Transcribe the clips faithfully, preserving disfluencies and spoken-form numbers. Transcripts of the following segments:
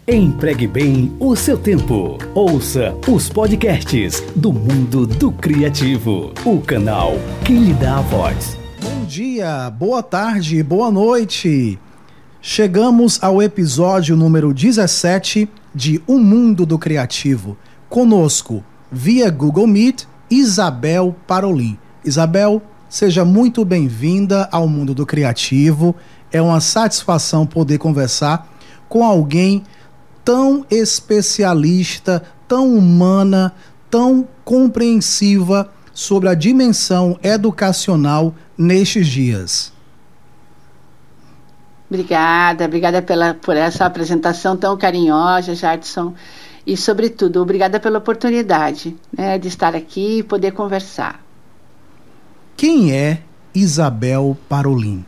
Empregue bem o seu tempo. Ouça os podcasts do Mundo do Criativo, o canal que lhe dá a voz. Bom dia, boa tarde, boa noite. Chegamos ao episódio número dezessete de O Mundo do Criativo. Conosco, via Google Meet, Isabel Parolin. Isabel, seja muito bem-vinda ao Mundo do Criativo. É uma satisfação poder conversar com alguém tão especialista, tão humana, tão compreensiva sobre a dimensão educacional nestes dias. Obrigada, obrigada pela, por essa apresentação tão carinhosa, Jadson, e, sobretudo, obrigada pela oportunidade, né, de estar aqui e poder conversar. Quem é Isabel Parolin?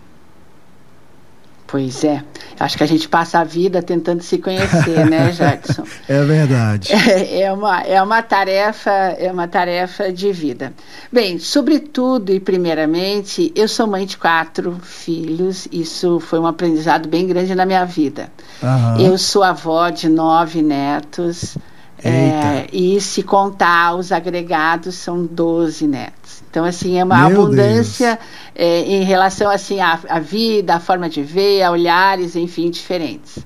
Pois é, acho que a gente passa a vida tentando se conhecer, né, Jadson? É verdade. É, é, uma, é, uma tarefa, é uma tarefa de vida. Bem, sobretudo e primeiramente, eu sou mãe de quatro filhos, isso foi um aprendizado bem grande na minha vida. Uhum. Eu sou avó de nove netos, é, e se contar os agregados, são doze netos. Então, assim, é uma Meu abundância é, em relação, assim, à, à vida, à forma de ver, a olhares, enfim, diferentes.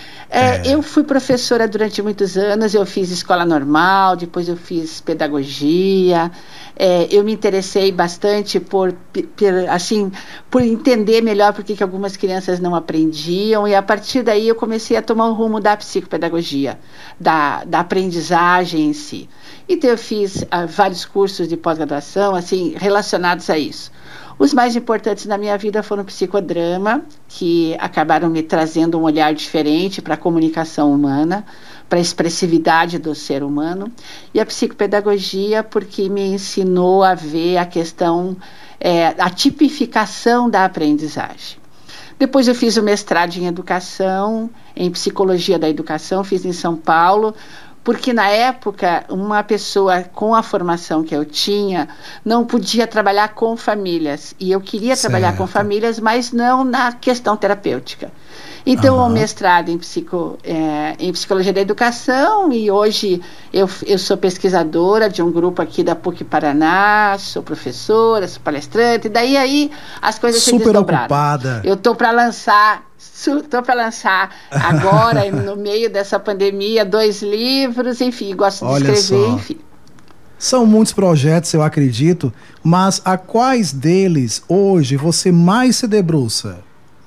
É, é. Eu fui professora durante muitos anos, eu fiz escola normal, depois eu fiz pedagogia, é, eu me interessei bastante por, por, assim, por entender melhor por que algumas crianças não aprendiam, e a partir daí eu comecei a tomar o rumo da psicopedagogia, da, da aprendizagem em si. Então eu fiz uh, vários cursos de pós-graduação, assim, relacionados a isso. Os mais importantes na minha vida foram o psicodrama, que acabaram me trazendo um olhar diferente para a comunicação humana, para a expressividade do ser humano, e a psicopedagogia, porque me ensinou a ver a questão, é, a tipificação da aprendizagem. Depois eu fiz o mestrado em educação, em psicologia da educação, fiz em São Paulo, porque na época uma pessoa com a formação que eu tinha não podia trabalhar com famílias, e eu queria certo. trabalhar com famílias, mas não na questão terapêutica. Então, uhum. o mestrado em, psico, é, em psicologia da educação, e hoje eu, eu sou pesquisadora de um grupo aqui da P U C Paraná, sou professora, sou palestrante, e daí aí as coisas Super se desdobraram. Ocupada. Eu estou para lançar... Estou para lançar agora, no meio dessa pandemia, dois livros, enfim, gosto de Olha escrever, só. enfim. São muitos projetos, eu acredito, mas a quais deles hoje você mais se debruça?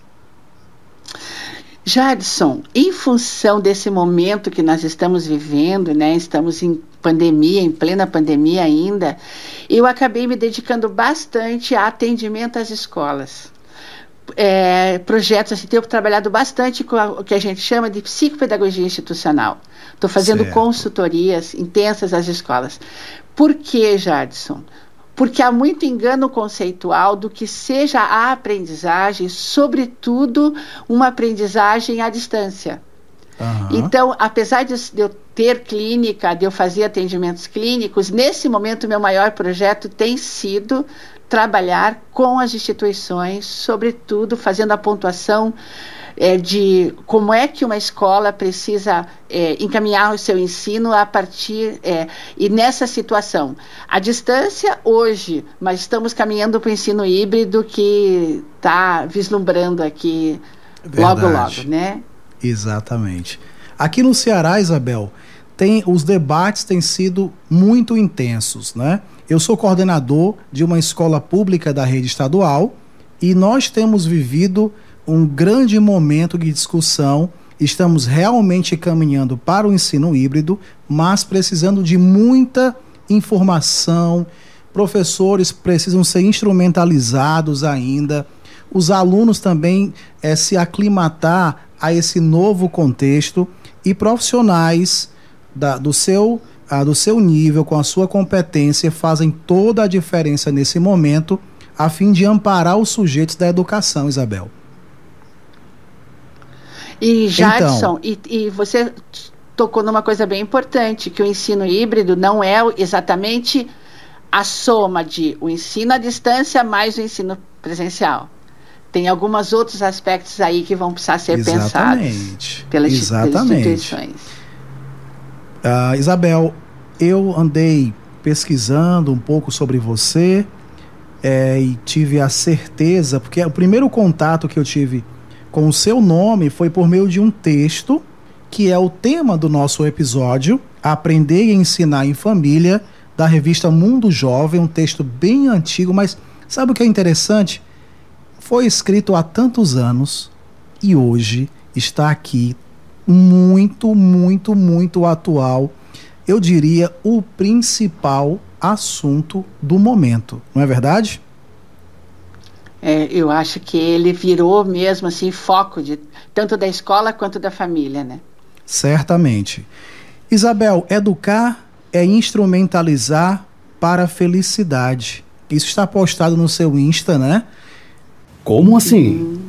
Jadson, em função desse momento que nós estamos vivendo, né, estamos em pandemia, em plena pandemia ainda, eu acabei me dedicando bastante a atendimento às escolas. É, projetos, assim, tenho trabalhado bastante com a, o que a gente chama de psicopedagogia institucional. Estou fazendo certo. consultorias intensas às escolas. Por que, Jadson? Porque há muito engano conceitual do que seja a aprendizagem, sobretudo uma aprendizagem à distância. Uhum. Então, apesar de eu ter clínica, de eu fazer atendimentos clínicos, nesse momento o meu maior projeto tem sido trabalhar com as instituições, sobretudo fazendo a pontuação é, de como é que uma escola precisa é, encaminhar o seu ensino a partir, é, e nessa situação, a distância hoje, mas estamos caminhando para o ensino híbrido que está vislumbrando aqui Verdade. logo, logo, né? Exatamente. Aqui no Ceará, Isabel, tem, os debates têm sido muito intensos, né? Eu sou coordenador de uma escola pública da rede estadual e nós temos vivido um grande momento de discussão. Estamos realmente caminhando para o ensino híbrido, mas precisando de muita informação. Professores precisam ser instrumentalizados ainda. Os alunos também é, se aclimatar a esse novo contexto, e profissionais da, do seu A, do seu nível, com a sua competência, fazem toda a diferença nesse momento, a fim de amparar os sujeitos da educação, Isabel. E, Jadson, então, e, e você tocou numa coisa bem importante, que o ensino híbrido não é exatamente a soma de o ensino à distância mais o ensino presencial. tem alguns outros aspectos aí que vão precisar ser Exatamente. pensados pelas, Exatamente. pelas instituições. Uh, Isabel, eu andei pesquisando um pouco sobre você é, e tive a certeza, porque o primeiro contato que eu tive com o seu nome foi por meio de um texto que é o tema do nosso episódio, Aprender e Ensinar em Família, da revista Mundo Jovem, um texto bem antigo, mas sabe o que é interessante? Foi escrito há tantos anos e hoje está aqui muito, muito, muito atual. Eu diria o principal assunto do momento, não é verdade? É, eu acho que ele virou mesmo assim foco de tanto da escola quanto da família, né? Certamente. Isabel, educar é instrumentalizar para a felicidade. Isso está postado no seu Insta, né? Como assim? Hum.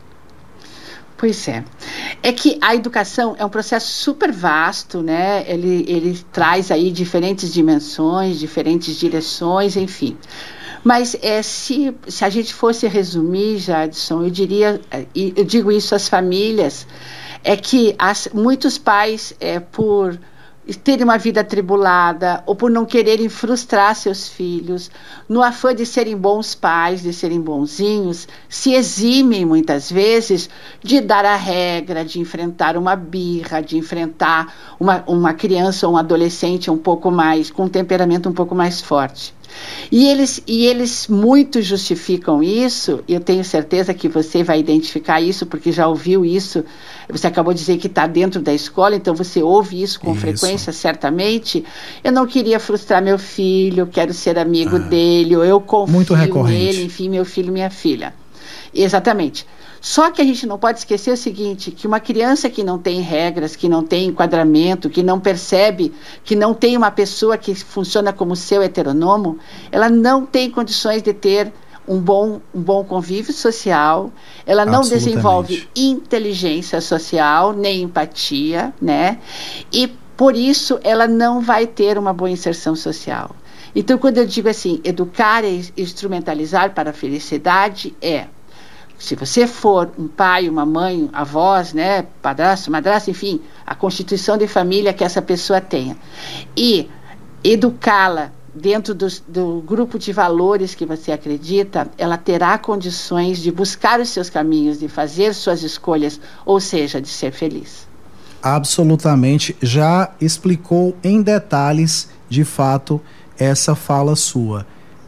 Pois é. É que a educação é um processo super vasto, né? Ele, ele traz aí diferentes dimensões, diferentes direções, enfim. Mas é, se, se a gente fosse resumir, Jadson, eu diria, e eu digo isso às famílias, é que as, muitos pais, é, por terem uma vida atribulada ou por não quererem frustrar seus filhos, no afã de serem bons pais, de serem bonzinhos, se eximem muitas vezes de dar a regra, de enfrentar uma birra, de enfrentar uma, uma criança ou um adolescente um pouco mais, com um temperamento um pouco mais forte. E eles, e eles muito justificam isso, eu tenho certeza que você vai identificar isso, porque já ouviu isso, você acabou de dizer que está dentro da escola, então você ouve isso com isso. frequência, certamente. Eu não queria frustrar meu filho, eu quero ser amigo ah, dele, ou eu confio muito recorrente. nele, enfim, meu filho, minha filha. Exatamente. Só que a gente não pode esquecer o seguinte, que uma criança que não tem regras, que não tem enquadramento, que não percebe, que não tem uma pessoa que funciona como seu heteronomo, ela não tem condições de ter um bom, um bom convívio social, ela não desenvolve inteligência social, nem empatia, né? E por isso ela não vai ter uma boa inserção social. Então, quando eu digo assim, educar e instrumentalizar para a felicidade é: se você for um pai, uma mãe, avós, né, padrasto, madrasta, enfim, a constituição de família que essa pessoa tenha, e educá-la dentro do, do grupo de valores que você acredita, ela terá condições de buscar os seus caminhos, de fazer suas escolhas, ou seja, de ser feliz. Absolutamente. Já explicou em detalhes, de fato, essa fala sua.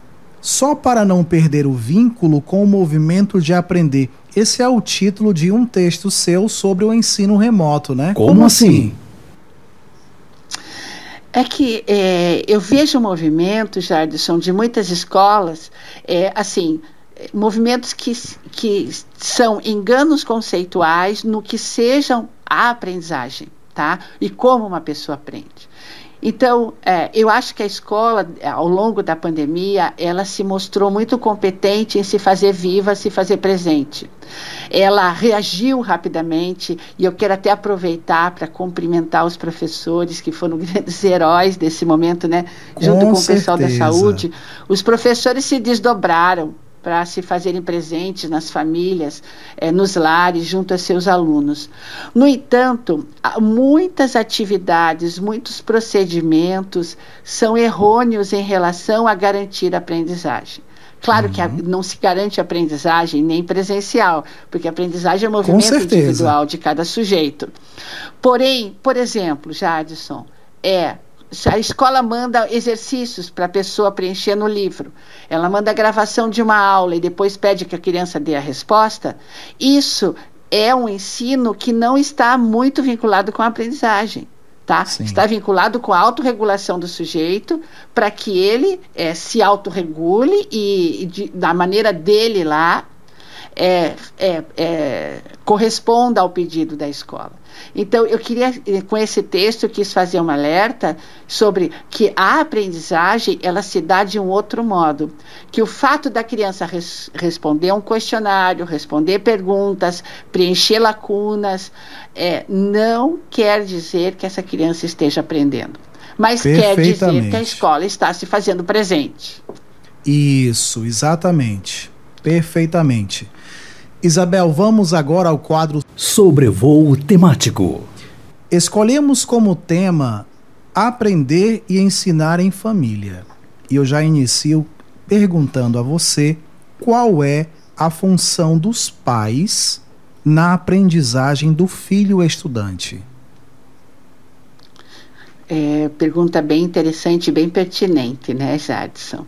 Só para não perder o vínculo com o movimento de aprender. Esse é o título de um texto seu sobre o ensino remoto, né? Como, Como assim? É que é, eu vejo movimentos, Jardson, de muitas escolas, é, assim, movimentos que, que são enganos conceituais no que sejam a aprendizagem, tá? E como uma pessoa aprende. Então, é, eu acho que a escola, ao longo da pandemia, ela se mostrou muito competente em se fazer viva, se fazer presente. Ela reagiu rapidamente, e eu quero até aproveitar para cumprimentar os professores, que foram grandes heróis desse momento, né? Junto com, com o pessoal da saúde. Os professores se desdobraram para se fazerem presentes nas famílias, eh, nos lares, junto a seus alunos. No entanto, muitas atividades, muitos procedimentos são errôneos em relação a garantir a aprendizagem. Claro uhum. que a, não se garante a aprendizagem nem presencial, porque a aprendizagem é um movimento individual de cada sujeito. Porém, por exemplo, Jadson, é... a escola manda exercícios para a pessoa preencher no livro, ela manda a gravação de uma aula e depois pede que a criança dê a resposta, isso é um ensino que não está muito vinculado com a aprendizagem, tá? Está vinculado com a autorregulação do sujeito, para que ele é, se autorregule e, e de, da maneira dele lá, É, é, é, corresponda ao pedido da escola. Então, eu queria, com esse texto, eu quis fazer um alerta sobre que a aprendizagem, ela se dá de um outro modo, que o fato da criança res, responder um questionário, responder perguntas, preencher lacunas, é, não quer dizer que essa criança esteja aprendendo, mas quer dizer que a escola está se fazendo presente. Isso, exatamente. Perfeitamente. Isabel, vamos agora ao quadro Sobrevoo Temático. Escolhemos como tema aprender e ensinar em família. E eu já inicio perguntando a você qual é a função dos pais na aprendizagem do filho estudante. É, pergunta bem interessante, bem pertinente, né, Jadson?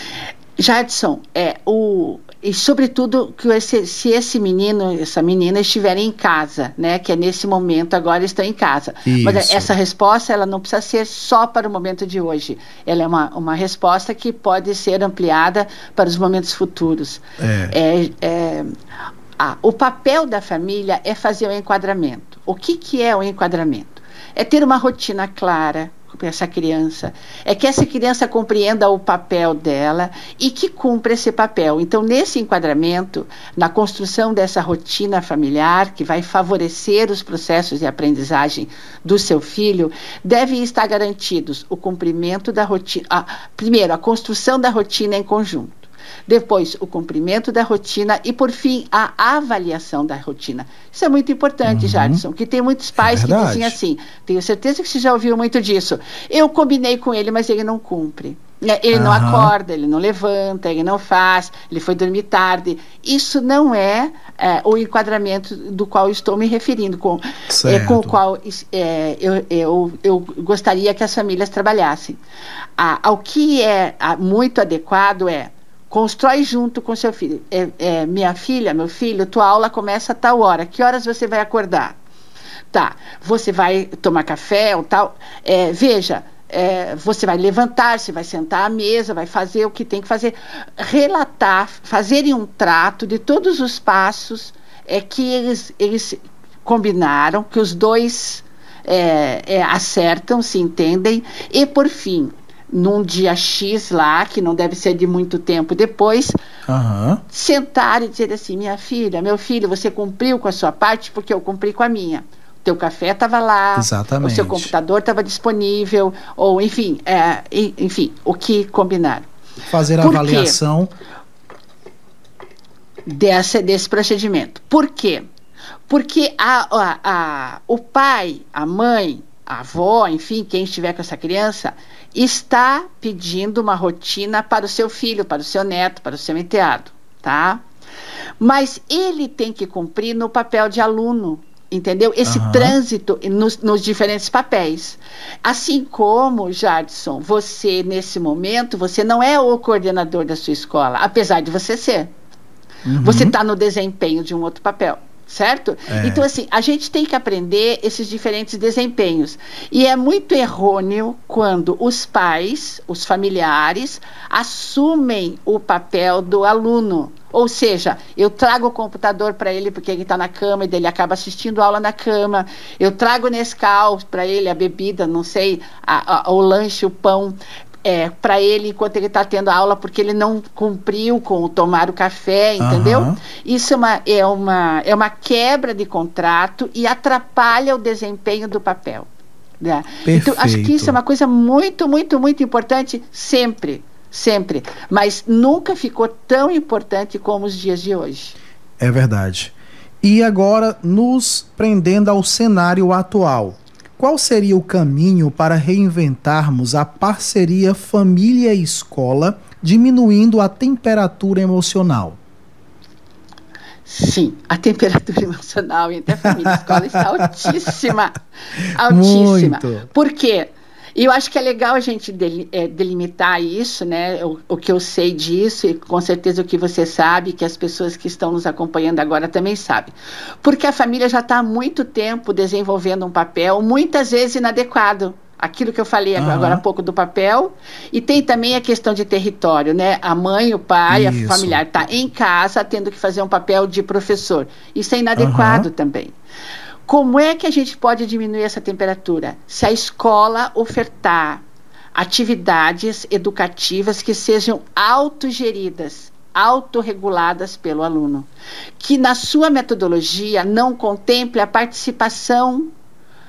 Jadson, é, o, e sobretudo que esse, se esse menino, essa menina estiverem em casa, né, que é nesse momento agora estão em casa. Isso. Mas essa resposta, ela não precisa ser só para o momento de hoje. Ela é uma, uma resposta que pode ser ampliada para os momentos futuros. É. É, é, ah, o papel da família é fazer o enquadramento. O que, que é o enquadramento? É ter uma rotina clara para essa criança, é que essa criança compreenda o papel dela e que cumpra esse papel. Então, nesse enquadramento, na construção dessa rotina familiar, que vai favorecer os processos de aprendizagem do seu filho, devem estar garantidos o cumprimento da rotina, ah, primeiro, a construção da rotina em conjunto. Depois, o cumprimento da rotina e, por fim, a avaliação da rotina. Isso é muito importante, uhum. Jadson, que tem muitos pais é que dizem assim, tenho certeza que você já ouviu muito disso, eu combinei com ele, mas ele não cumpre. Ele uhum. não acorda, ele não levanta, ele não faz, ele foi dormir tarde. Isso não é, é o enquadramento do qual estou me referindo, com, é, com o qual é, eu, eu, eu gostaria que as famílias trabalhassem. Ah, ao que é ah, muito adequado é constrói junto com seu filho. É, é, minha filha, meu filho, tua aula começa a tal hora. Que horas você vai acordar? Tá, você vai tomar café ou tal. É, veja, é, você vai levantar, você vai sentar à mesa, vai fazer o que tem que fazer. Relatar, fazerem um trato de todos os passos é, que eles, eles combinaram, que os dois é, é, acertam, se entendem. E, por fim, num dia X lá, que não deve ser de muito tempo depois, uhum. sentar e dizer assim, minha filha, meu filho, você cumpriu com a sua parte porque eu cumpri com a minha. O teu café estava lá, exatamente. O seu computador estava disponível, ou enfim, é, enfim, o que combinaram. Fazer a Por avaliação dessa, desse procedimento. Por quê? Porque a, a, a, o pai, a mãe, a avó, enfim, quem estiver com essa criança, está pedindo uma rotina para o seu filho, para o seu neto, para o seu enteado, tá? Mas ele tem que cumprir no papel de aluno, entendeu? Esse uhum. trânsito nos, nos diferentes papéis. Assim como, Jadson, você, nesse momento, você não é o coordenador da sua escola, apesar de você ser. Uhum. Você está no desempenho de um outro papel. Certo? É. Então, assim, a gente tem que aprender esses diferentes desempenhos. E é muito errôneo quando os pais, os familiares, assumem o papel do aluno. Ou seja, eu trago o computador para ele porque ele está na cama e ele acaba assistindo aula na cama. Eu trago Nescau para ele, a bebida, não sei, a, a, o lanche, o pão. É, para ele enquanto ele está tendo aula, porque ele não cumpriu com o tomar o café, entendeu? Uhum. Isso é uma, é, uma, é uma quebra de contrato e atrapalha o desempenho do papel. Né? Então, acho que isso é uma coisa muito, muito, muito importante sempre, sempre. Mas nunca ficou tão importante como os dias de hoje. É verdade. E agora, nos prendendo ao cenário atual, qual seria o caminho para reinventarmos a parceria família e escola, diminuindo a temperatura emocional? Sim, a temperatura emocional entre a família e a escola está altíssima. Altíssima. Muito. Por quê? E eu acho que é legal a gente delimitar isso, né? O, o que eu sei disso, e com certeza o que você sabe, que as pessoas que estão nos acompanhando agora também sabem. Porque a família já está há muito tempo desenvolvendo um papel, muitas vezes inadequado. Aquilo que eu falei uhum. agora há pouco do papel. E tem também a questão de território, né? A mãe, o pai, isso. a familiar está em casa tendo que fazer um papel de professor. Isso é inadequado uhum. também. Como é que a gente pode diminuir essa temperatura? Se a escola ofertar atividades educativas que sejam autogeridas, autorreguladas pelo aluno, que na sua metodologia não contemple a participação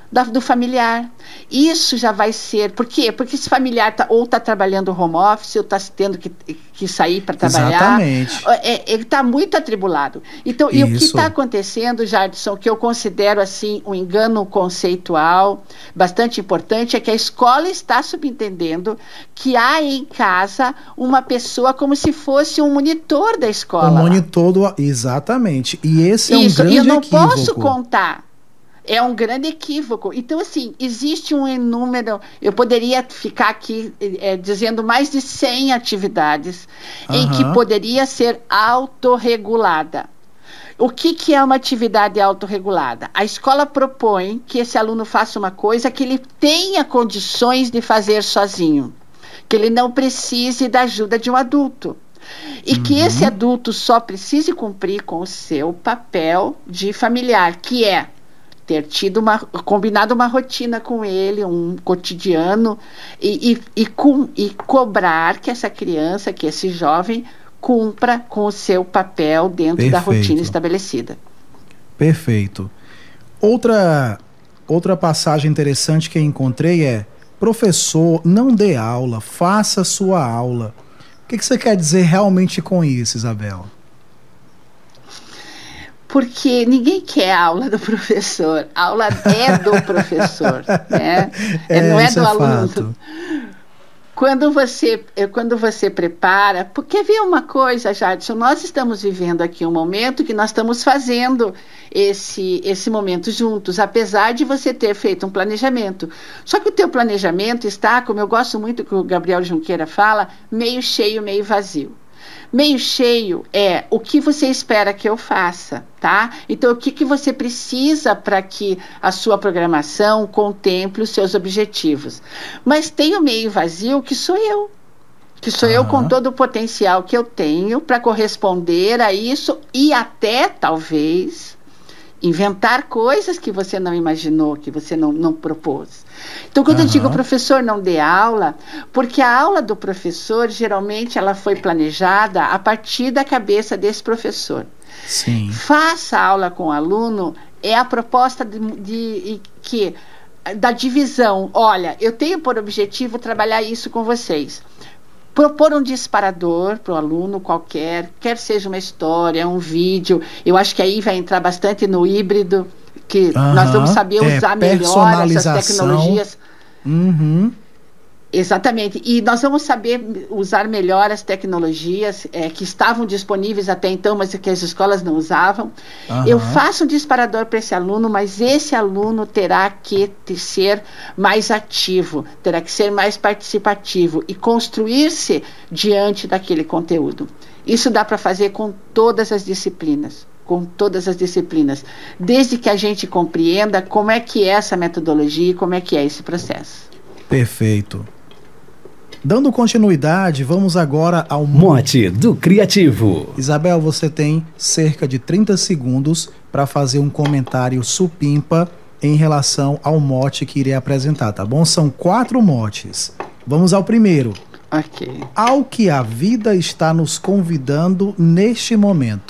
da, do familiar. Isso já vai ser... Por quê? Porque esse familiar tá, ou está trabalhando home office, ou está tendo que, que sair para trabalhar. Exatamente. É, ele está muito atribulado. Então, e o que está acontecendo, Jardson, que eu considero assim um engano conceitual bastante importante, é que a escola está subentendendo que há em casa uma pessoa como se fosse um monitor da escola. Um monitor do... Exatamente. E esse é Isso, um grande e eu não equívoco. posso contar. É um grande equívoco. Então, assim, existe um número... Eu poderia ficar aqui é, dizendo mais de cem atividades uhum. em que poderia ser autorregulada. O que, que é uma atividade autorregulada? A escola propõe que esse aluno faça uma coisa que ele tenha condições de fazer sozinho, que ele não precise da ajuda de um adulto. E uhum. que esse adulto só precise cumprir com o seu papel de familiar, que é ter tido uma, combinado uma rotina com ele, um cotidiano, e, e, e, com, e cobrar que essa criança, que esse jovem, cumpra com o seu papel dentro Perfeito. Da rotina estabelecida. Perfeito. Outra, outra passagem interessante que eu encontrei é: professor, não dê aula, faça sua aula. O que, que você quer dizer realmente com isso, Isabel? Porque ninguém quer a aula do professor. A aula é do professor, né? É, não é do é aluno. Fato. Quando você, quando você prepara... Porque vê uma coisa, Jadson, nós estamos vivendo aqui um momento que nós estamos fazendo esse, esse momento juntos, apesar de você ter feito um planejamento. Só que o teu planejamento está, como eu gosto muito que o Gabriel Junqueira fala, meio cheio, meio vazio. Meio cheio é o que você espera que eu faça, tá? Então, o que, que você precisa para que a sua programação contemple os seus objetivos. Mas tem o meio vazio, que sou eu. Que sou uhum. eu com todo o potencial que eu tenho para corresponder a isso e até, talvez, inventar coisas que você não imaginou, que você não, não propôs. Então, quando uhum. eu digo professor não dê aula, porque a aula do professor, geralmente, ela foi planejada a partir da cabeça desse professor. Sim. Faça aula com o aluno, é a proposta de, de, que, da divisão. Olha, eu tenho por objetivo trabalhar isso com vocês. Propor um disparador para o aluno qualquer, quer seja uma história, um vídeo. Eu acho que aí vai entrar bastante no híbrido, que uhum. nós vamos saber usar é, melhor essas tecnologias. Uhum. Exatamente. E nós vamos saber usar melhor as tecnologias é, que estavam disponíveis até então, mas que as escolas não usavam. Uhum. Eu faço um disparador para esse aluno, mas esse aluno terá que te ser mais ativo, terá que ser mais participativo e construir-se diante daquele conteúdo. Isso dá para fazer com todas as disciplinas. com todas as disciplinas, desde que a gente compreenda como é que é essa metodologia e como é que é esse processo. Perfeito. Dando continuidade, vamos agora ao Mote do Criativo. Isabel, você tem cerca de trinta segundos para fazer um comentário supimpa em relação ao mote que irei apresentar, tá bom? São quatro motes. Vamos ao primeiro. Ok. Ao que a vida está nos convidando neste momento.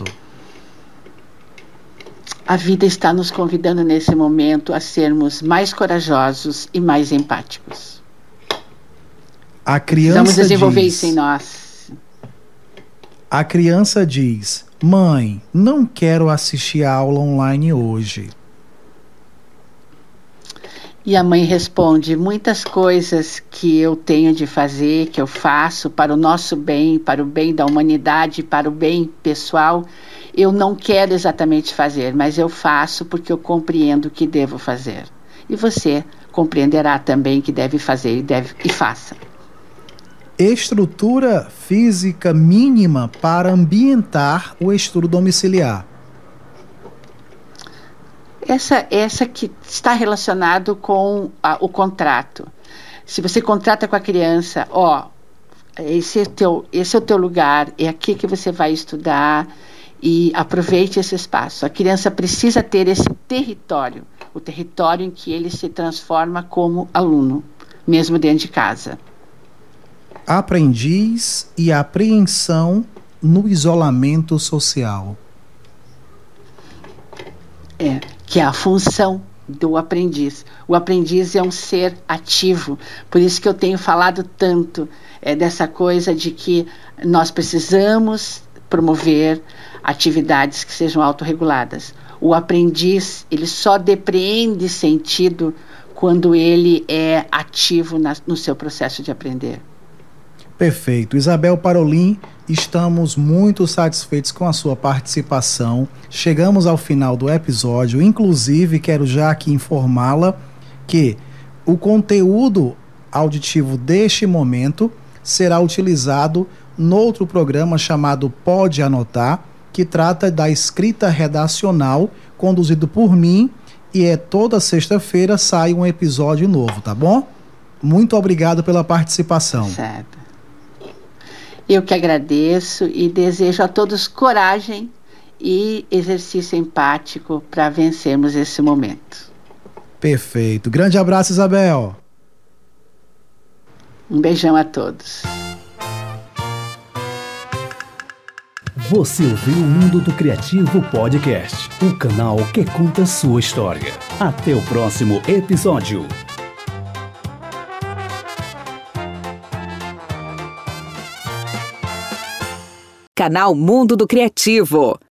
A vida está nos convidando nesse momento a sermos mais corajosos e mais empáticos. A criança Vamos desenvolver diz, isso em nós. A criança diz: mãe, não quero assistir a aula online hoje. E a mãe responde: muitas coisas que eu tenho de fazer, que eu faço para o nosso bem, para o bem da humanidade, para o bem pessoal, eu não quero exatamente fazer, mas eu faço porque eu compreendo que devo fazer. E você compreenderá também que deve fazer e, deve, e faça. Estrutura física mínima para ambientar o estudo domiciliar. Essa, essa que está relacionado com a, o contrato. Se você contrata com a criança, ó, esse é, teu, esse é o teu lugar, é aqui que você vai estudar e aproveite esse espaço. A criança precisa ter esse território, o território em que ele se transforma como aluno, mesmo dentro de casa. Aprendiz e apreensão no isolamento social. É, que é a função do aprendiz. O aprendiz é um ser ativo, por isso que eu tenho falado tanto é, dessa coisa de que nós precisamos promover atividades que sejam autorreguladas. O aprendiz, ele só depreende sentido quando ele é ativo na, no seu processo de aprender. Perfeito. Isabel Parolin, estamos muito satisfeitos com a sua participação. Chegamos ao final do episódio, inclusive quero já aqui informá-la que o conteúdo auditivo deste momento será utilizado noutro programa chamado Pode Anotar, que trata da escrita redacional, conduzido por mim, e é toda sexta-feira sai um episódio novo, tá bom? Muito obrigado pela participação. Certo. Eu que agradeço e desejo a todos coragem e exercício empático para vencermos esse momento. Perfeito. Grande abraço, Isabel. Um beijão a todos. Você ouviu o Mundo do Criativo Podcast, o canal que conta sua história. Até o próximo episódio. Canal Mundo do Criativo.